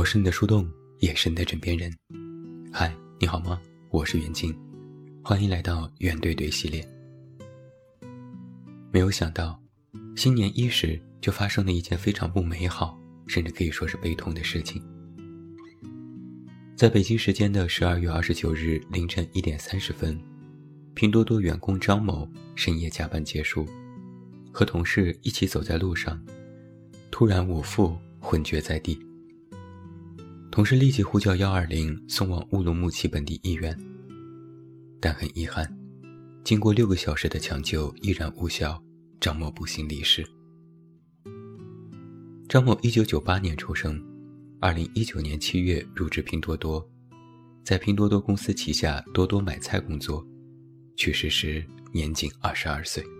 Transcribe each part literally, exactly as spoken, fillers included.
我是你的树洞，也是你的枕边人。嗨，你好吗？我是袁静，欢迎来到袁对对系列。没有想到，新年伊始就发生了一件非常不美好，甚至可以说是悲痛的事情。在北京时间的十二月二十九日凌晨一点三十分，拼多多员工张某深夜加班结束，和同事一起走在路上，突然兀腹昏厥在地。同事立即呼叫一二零送往乌鲁木齐本地医院，但很遗憾，经过六个小时的抢救依然无效，张某不幸离世。张某一九九八年出生，二零一九年七月入职拼多多，在拼多多公司旗下多多买菜工作，去世时年仅二十二岁。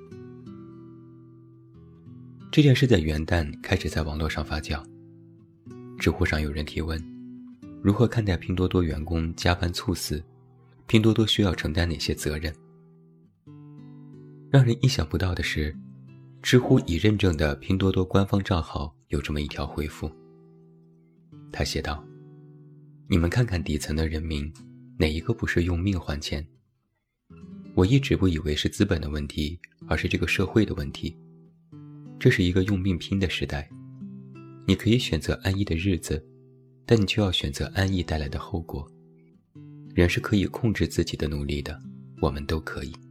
这件事在元旦开始在网络上发酵，知乎上有人提问，如何看待拼多多员工加班猝死？拼多多需要承担哪些责任？让人意想不到的是，知乎已认证的拼多多官方账号有这么一条回复。他写道：你们看看底层的人民，哪一个不是用命换钱？我一直不以为是资本的问题，而是这个社会的问题。这是一个用命拼的时代，你可以选择安逸的日子，但你就要选择安逸带来的后果。人是可以控制自己的努力的，我们都可以。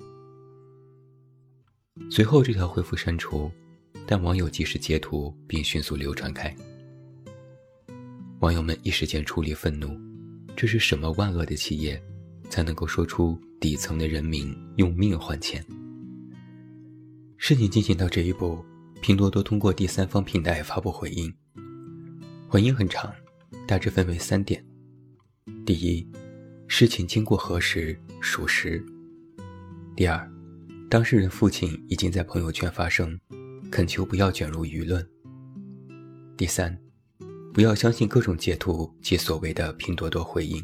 随后这条回复删除，但网友及时截图并迅速流传开。网友们一时间出离愤怒，这是什么万恶的企业才能够说出底层的人民用命换钱？事情进行到这一步，拼多多通过第三方平台发布回应。回应很长，大致分为三点。第一，事情经过核实属实。第二，当事人父亲已经在朋友圈发声，恳求不要卷入舆论。第三，不要相信各种截图及所谓的拼多多回应。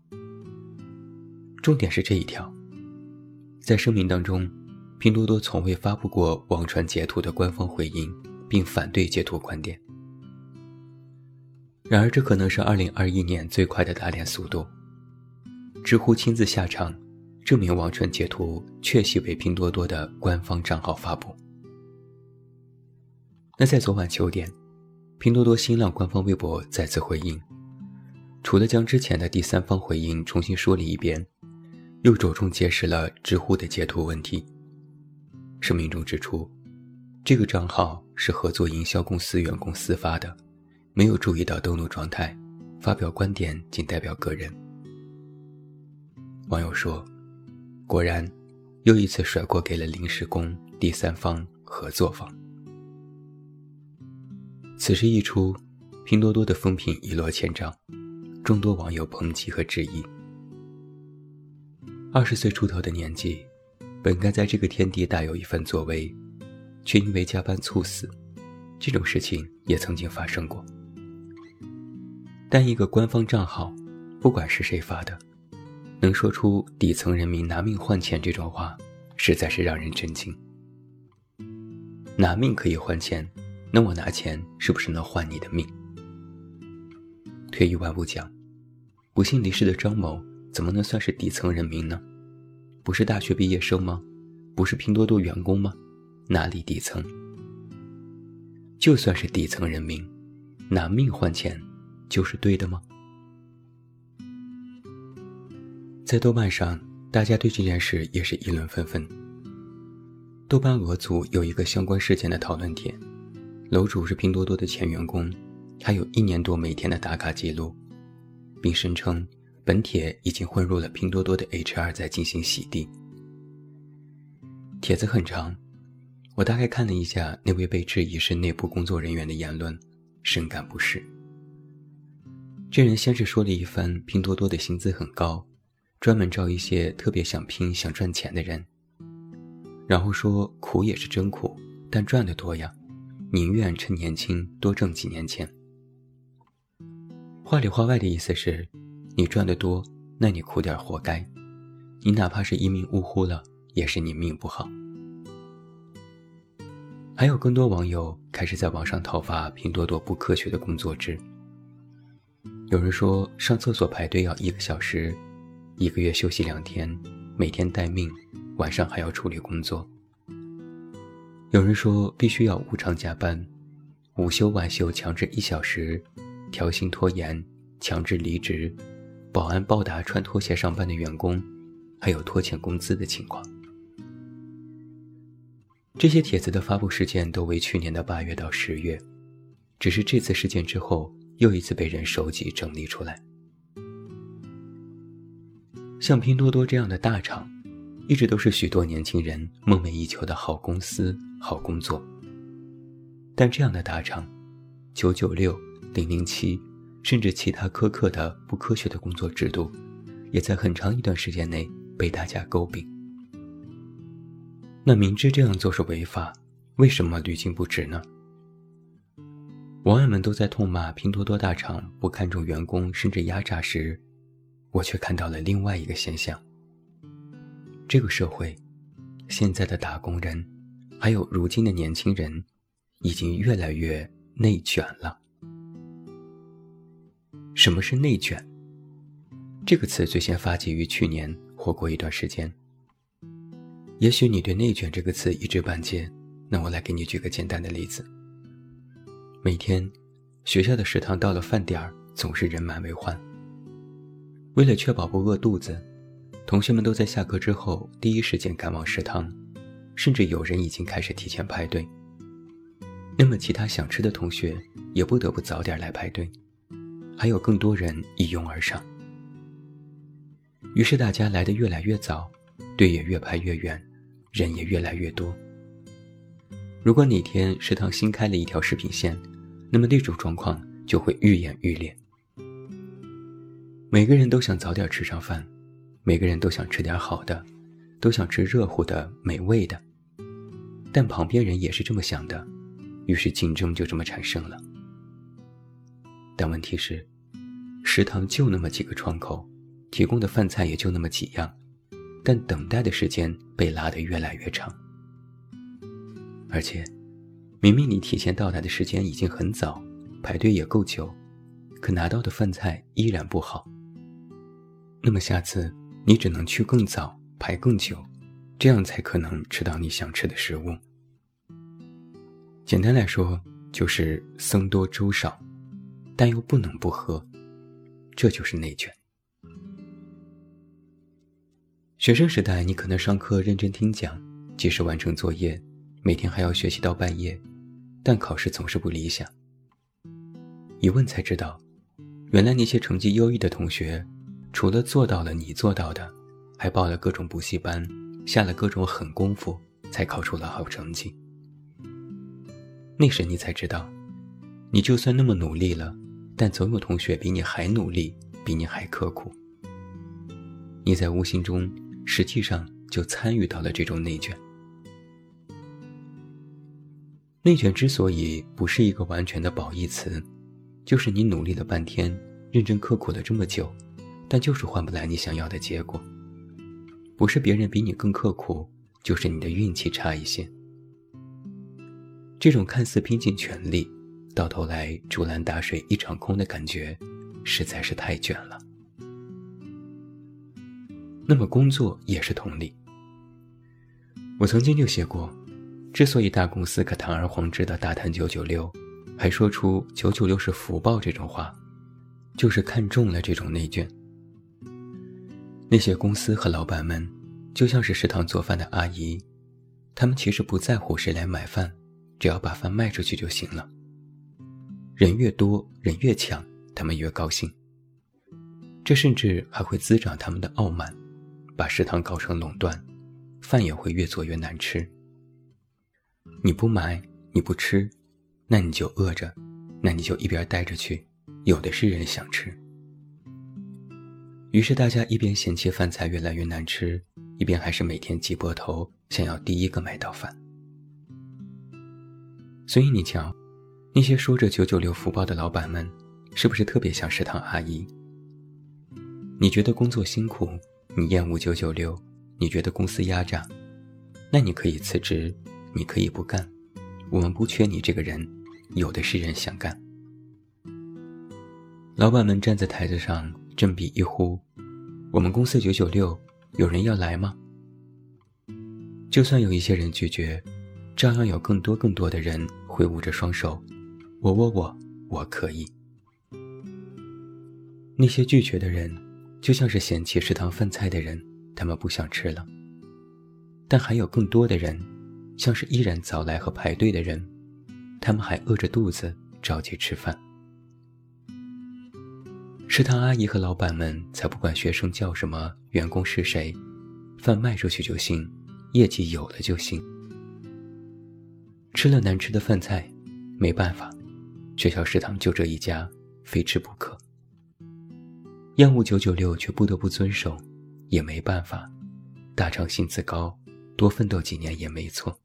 重点是这一条，在声明当中，拼多多从未发布过网传截图的官方回应，并反对截图观点。然而这可能是二零二一年最快的打脸速度。知乎亲自下场，证明网传截图确系为拼多多的官方账号发布。那在昨晚九点，拼多多新浪官方微博再次回应，除了将之前的第三方回应重新说了一遍，又着重揭示了知乎的截图问题。声明中指出，这个账号是合作营销公司员工私发的，没有注意到登录状态，发表观点仅代表个人。网友说，果然又一次甩锅给了临时工、第三方、合作方。此事一出，拼多多的风评一落千丈，众多网友抨击和质疑。二十岁出头的年纪，本该在这个天地大有一番作为，却因为加班猝死，这种事情也曾经发生过。但一个官方账号，不管是谁发的，能说出底层人民拿命换钱这种话，实在是让人震惊。拿命可以换钱，那我拿钱是不是能换你的命？退一万步讲，不幸离世的张某怎么能算是底层人民呢？不是大学毕业生吗？不是拼多多员工吗？哪里底层？就算是底层人民，拿命换钱就是对的吗？在豆瓣上，大家对这件事也是议论纷纷。豆瓣俄组有一个相关事件的讨论帖，楼主是拼多多的前员工，他有一年多每天的打卡记录，并声称本帖已经混入了拼多多的 H R 在进行洗地。帖子很长，我大概看了一下那位被质疑是内部工作人员的言论，深感不适。这人先是说了一番拼多多的薪资很高，专门招一些特别想拼想赚钱的人，然后说苦也是真苦，但赚得多呀，宁愿趁年轻多挣几年钱。话里话外的意思是，你赚得多，那你苦点活该，你哪怕是一命呜呼了，也是你命不好。还有更多网友开始在网上讨伐拼多多不科学的工作制。 有人说上厕所排队要一个小时，一个月休息两天，每天待命，晚上还要处理工作。有人说必须要无偿加班，午休晚休强制一小时，调薪拖延，强制离职，保安暴打穿拖鞋上班的员工，还有拖欠工资的情况。这些帖子的发布时间都为去年的八月到十月，只是这次事件之后又一次被人收集整理出来。像拼多多这样的大厂，一直都是许多年轻人梦寐以求的好公司、好工作。但这样的大厂，九九六、零零七，甚至其他苛刻的不科学的工作制度，也在很长一段时间内被大家诟病。那明知这样做是违法，为什么屡禁不止呢？网友们都在痛骂拼多多大厂不看重员工甚至压榨时，我却看到了另外一个现象。这个社会，现在的打工人，还有如今的年轻人，已经越来越内卷了。什么是内卷？这个词最先发迹于去年，火过一段时间。也许你对内卷这个词一知半解，那我来给你举个简单的例子。每天，学校的食堂到了饭点儿，总是人满为患。为了确保不饿肚子，同学们都在下课之后第一时间赶往食堂，甚至有人已经开始提前排队。那么其他想吃的同学也不得不早点来排队，还有更多人一拥而上。于是大家来得越来越早，队也越排越远，人也越来越多。如果哪天食堂新开了一条食品线，那么这种状况就会愈演愈烈。每个人都想早点吃上饭，每个人都想吃点好的，都想吃热乎的、美味的。但旁边人也是这么想的，于是竞争就这么产生了。但问题是，食堂就那么几个窗口，提供的饭菜也就那么几样，但等待的时间被拉得越来越长。而且，明明你提前到达的时间已经很早，排队也够久，可拿到的饭菜依然不好。那么下次你只能去更早，排更久，这样才可能吃到你想吃的食物。简单来说，就是僧多粥少，但又不能不喝，这就是内卷。学生时代，你可能上课认真听讲，及时完成作业，每天还要学习到半夜，但考试总是不理想。一问才知道，原来那些成绩优异的同学，除了做到了你做到的，还报了各种补习班，下了各种狠功夫，才考出了好成绩。那时你才知道，你就算那么努力了，但总有同学比你还努力，比你还刻苦。你在无形中实际上就参与到了这种内卷。内卷之所以不是一个完全的褒义词，就是你努力了半天，认真刻苦了这么久，但就是换不来你想要的结果。不是别人比你更刻苦，就是你的运气差一些。这种看似拼尽全力，到头来竹篮打水一场空的感觉，实在是太卷了。那么工作也是同理。我曾经就写过，之所以大公司可堂而皇之的大谈九九六，还说出九九六是福报这种话，就是看中了这种内卷。那些公司和老板们就像是食堂做饭的阿姨，他们其实不在乎谁来买饭，只要把饭卖出去就行了。人越多，人越强，他们越高兴。这甚至还会滋长他们的傲慢，把食堂搞成垄断，饭也会越做越难吃。你不买，你不吃，那你就饿着，那你就一边待着去，有的是人想吃。于是大家一边嫌弃饭菜越来越难吃，一边还是每天挤破头，想要第一个买到饭。所以你瞧，那些说着九九六福报的老板们，是不是特别像食堂阿姨？你觉得工作辛苦，你厌恶九九六，你觉得公司压榨，那你可以辞职，你可以不干，我们不缺你这个人，有的是人想干。 老板们站在台子上振臂一呼，我们公司九九六，有人要来吗？就算有一些人拒绝，照样有更多更多的人挥舞着双手，我我我我可以。那些拒绝的人就像是嫌弃食堂饭菜的人，他们不想吃了。但还有更多的人，像是依然早来和排队的人，他们还饿着肚子着急吃饭。食堂阿姨和老板们才不管学生叫什么，员工是谁，饭卖出去就行，业绩有了就行。吃了难吃的饭菜，没办法，学校食堂就这一家，非吃不可。厌恶九九六却不得不遵守，也没办法，大厂薪资高，多奋斗几年也没错。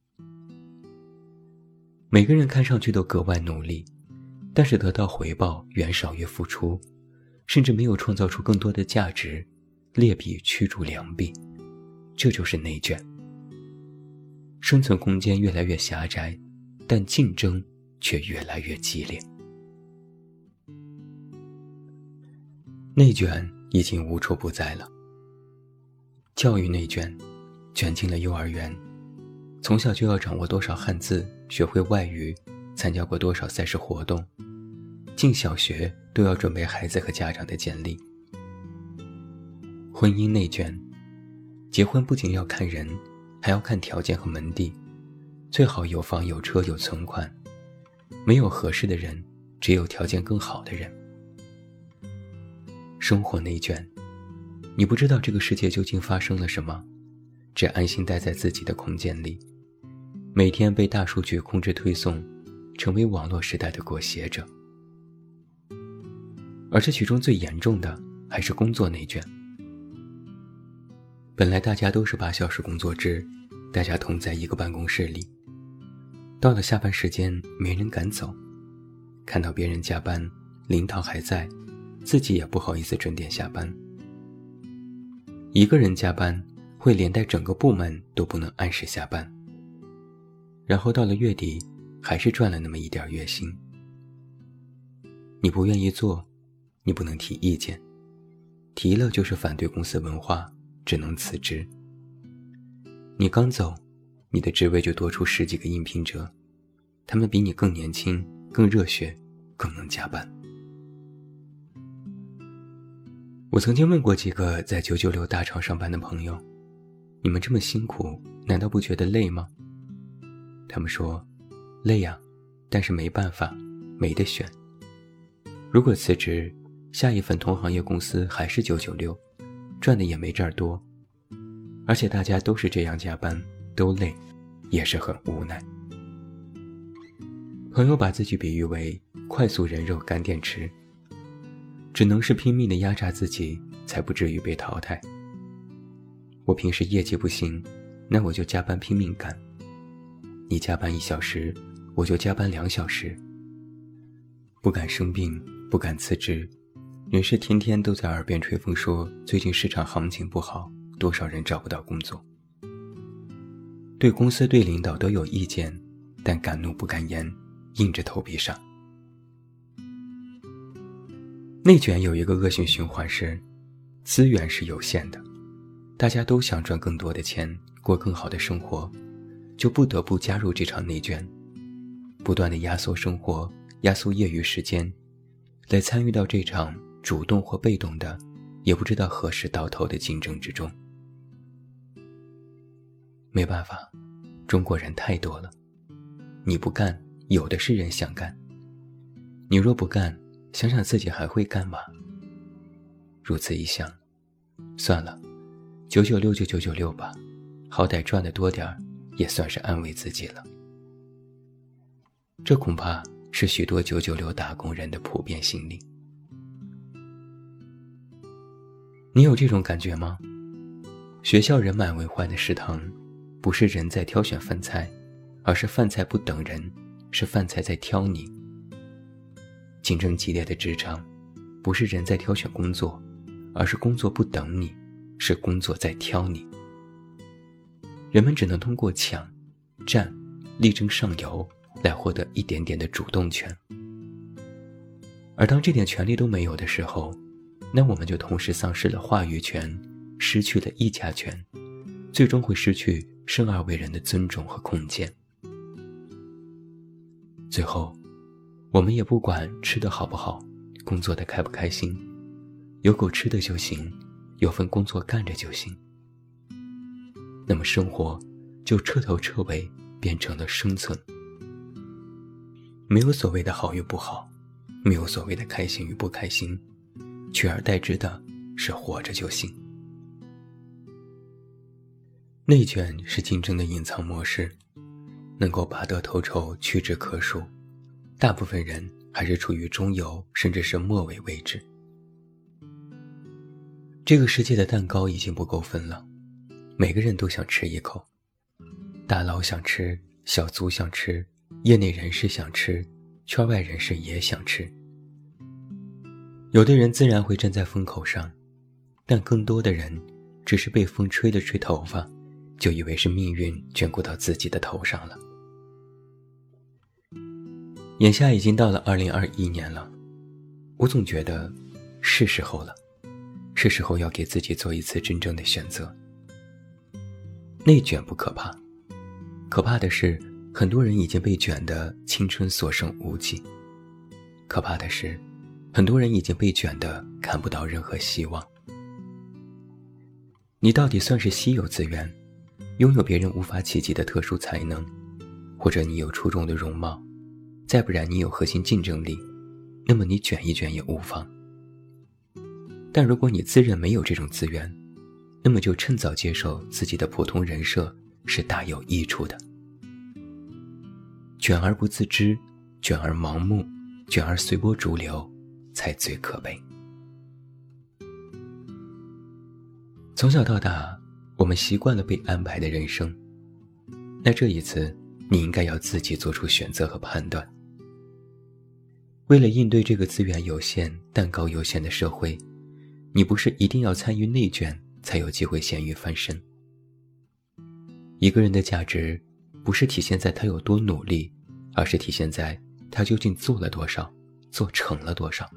每个人看上去都格外努力，但是得到回报远少于付出，甚至没有创造出更多的价值，劣币驱逐良币，这就是内卷。生存空间越来越狭窄，但竞争却越来越激烈。内卷已经无处不在了。教育内卷卷进了幼儿园，从小就要掌握多少汉字，学会外语，参加过多少赛事活动，进小学都要准备孩子和家长的简历。婚姻内卷，结婚不仅要看人，还要看条件和门第，最好有房有车有存款，没有合适的人，只有条件更好的人。生活内卷，你不知道这个世界究竟发生了什么，只安心待在自己的空间里，每天被大数据控制推送，成为网络时代的裹挟者。而这其中最严重的还是工作内卷。本来大家都是八小时工作制，大家同在一个办公室里，到了下班时间没人敢走，看到别人加班，领导还在，自己也不好意思准点下班。一个人加班会连带整个部门都不能按时下班，然后到了月底还是赚了那么一点月薪。你不愿意做，你不能提意见，提了就是反对公司文化，只能辞职。你刚走，你的职位就多出十几个应聘者，他们比你更年轻，更热血，更能加班。我曾经问过几个在九九六大厂上班的朋友，你们这么辛苦，难道不觉得累吗？他们说，累呀，但是没办法，没得选。如果辞职，下一份同行业公司还是九九六，赚的也没这儿多，而且大家都是这样加班，都累，也是很无奈。朋友把自己比喻为快速人肉干电池，只能是拼命地压榨自己，才不至于被淘汰。我平时业绩不行，那我就加班拼命干。你加班一小时，我就加班两小时。不敢生病，不敢辞职，人事天天都在耳边吹风说最近市场行情不好，多少人找不到工作。对公司对领导都有意见，但敢怒不敢言，硬着头皮上。内卷有一个恶性循环是，资源是有限的，大家都想赚更多的钱，过更好的生活，就不得不加入这场内卷，不断地压缩生活，压缩业余时间，来参与到这场主动或被动的，也不知道何时到头的竞争之中。没办法，中国人太多了，你不干，有的是人想干。你若不干，想想自己还会干嘛？如此一想，算了，九九六就九九六吧，好歹赚得多点儿，也算是安慰自己了。这恐怕是许多九九六打工人的普遍心理。你有这种感觉吗？学校人满为患的食堂，不是人在挑选饭菜，而是饭菜不等人，是饭菜在挑你。竞争激烈的职场，不是人在挑选工作，而是工作不等你，是工作在挑你。人们只能通过抢、占、力争上游来获得一点点的主动权。 而当这点权利都没有的时候，那我们就同时丧失了话语权，失去了议价权，最终会失去生而为人的尊重和空间。最后，我们也不管吃得好不好，工作的开不开心，有口吃的就行，有份工作干着就行。那么生活就彻头彻尾变成了生存，没有所谓的好与不好，没有所谓的开心与不开心，取而代之的是活着就行。内卷是竞争的隐藏模式，能够拔得头筹，屈指可数，大部分人还是处于中游甚至是末尾位置。这个世界的蛋糕已经不够分了，每个人都想吃一口，大佬想吃，小卒想吃，业内人士想吃，圈外人士也想吃。有的人自然会站在风口上，但更多的人只是被风吹了吹头发，就以为是命运眷顾到自己的头上了。眼下已经到了二零二一年了，我总觉得是时候了，是时候要给自己做一次真正的选择。内卷不可怕，可怕的是很多人已经被卷得青春所剩无几，可怕的是很多人已经被卷得看不到任何希望。你到底算是稀有资源，拥有别人无法企及的特殊才能，或者你有出众的容貌，再不然你有核心竞争力，那么你卷一卷也无妨。但如果你自认没有这种资源，那么就趁早接受自己的普通人设是大有益处的。卷而不自知，卷而盲目，卷而随波逐流，才最可悲。从小到大，我们习惯了被安排的人生，那这一次你应该要自己做出选择和判断。为了应对这个资源有限、蛋糕有限的社会，你不是一定要参与内卷才有机会咸鱼翻身。一个人的价值不是体现在他有多努力，而是体现在他究竟做了多少，做成了多少。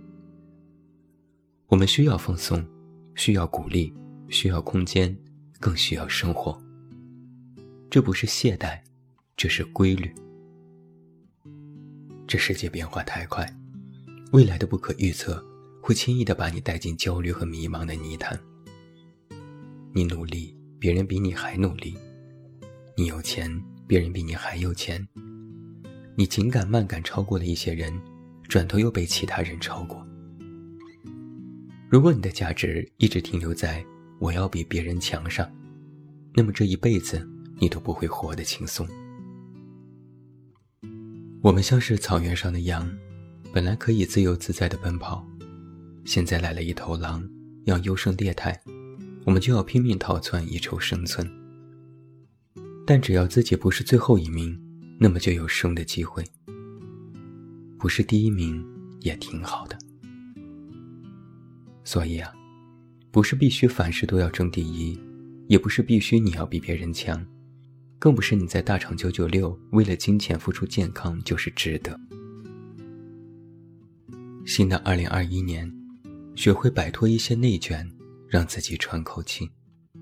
我们需要放松，需要鼓励，需要空间，更需要生活。这不是懈怠，这是规律。这世界变化太快，未来的不可预测会轻易地把你带进焦虑和迷茫的泥潭。你努力，别人比你还努力；你有钱，别人比你还有钱；你紧赶慢赶超过了一些人，转头又被其他人超过。如果你的价值一直停留在我要比别人强上，那么这一辈子你都不会活得轻松。我们像是草原上的羊，本来可以自由自在地奔跑，现在来了一头狼，要优胜劣汰，我们就要拼命逃窜以求生存。但只要自己不是最后一名，那么就有生的机会。不是第一名也挺好的。所以啊，不是必须凡事都要争第一，也不是必须你要比别人强，更不是你在大厂九九六为了金钱付出健康就是值得。新的二零二一年，学会摆脱一些内卷，让自己喘口气。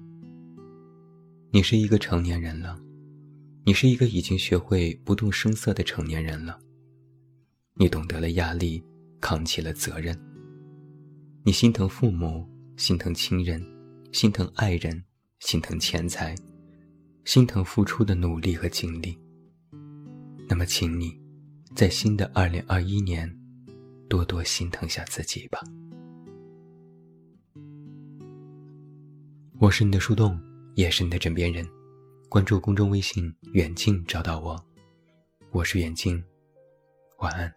你是一个成年人了，你是一个已经学会不动声色的成年人了。你懂得了压力，扛起了责任。你心疼父母，心疼亲人，心疼爱人，心疼钱财，心疼付出的努力和精力。那么请你在新的二零二一年多多心疼下自己吧。我是你的树洞，也是你的枕边人。关注公众微信远近找到我，我是远近，晚安。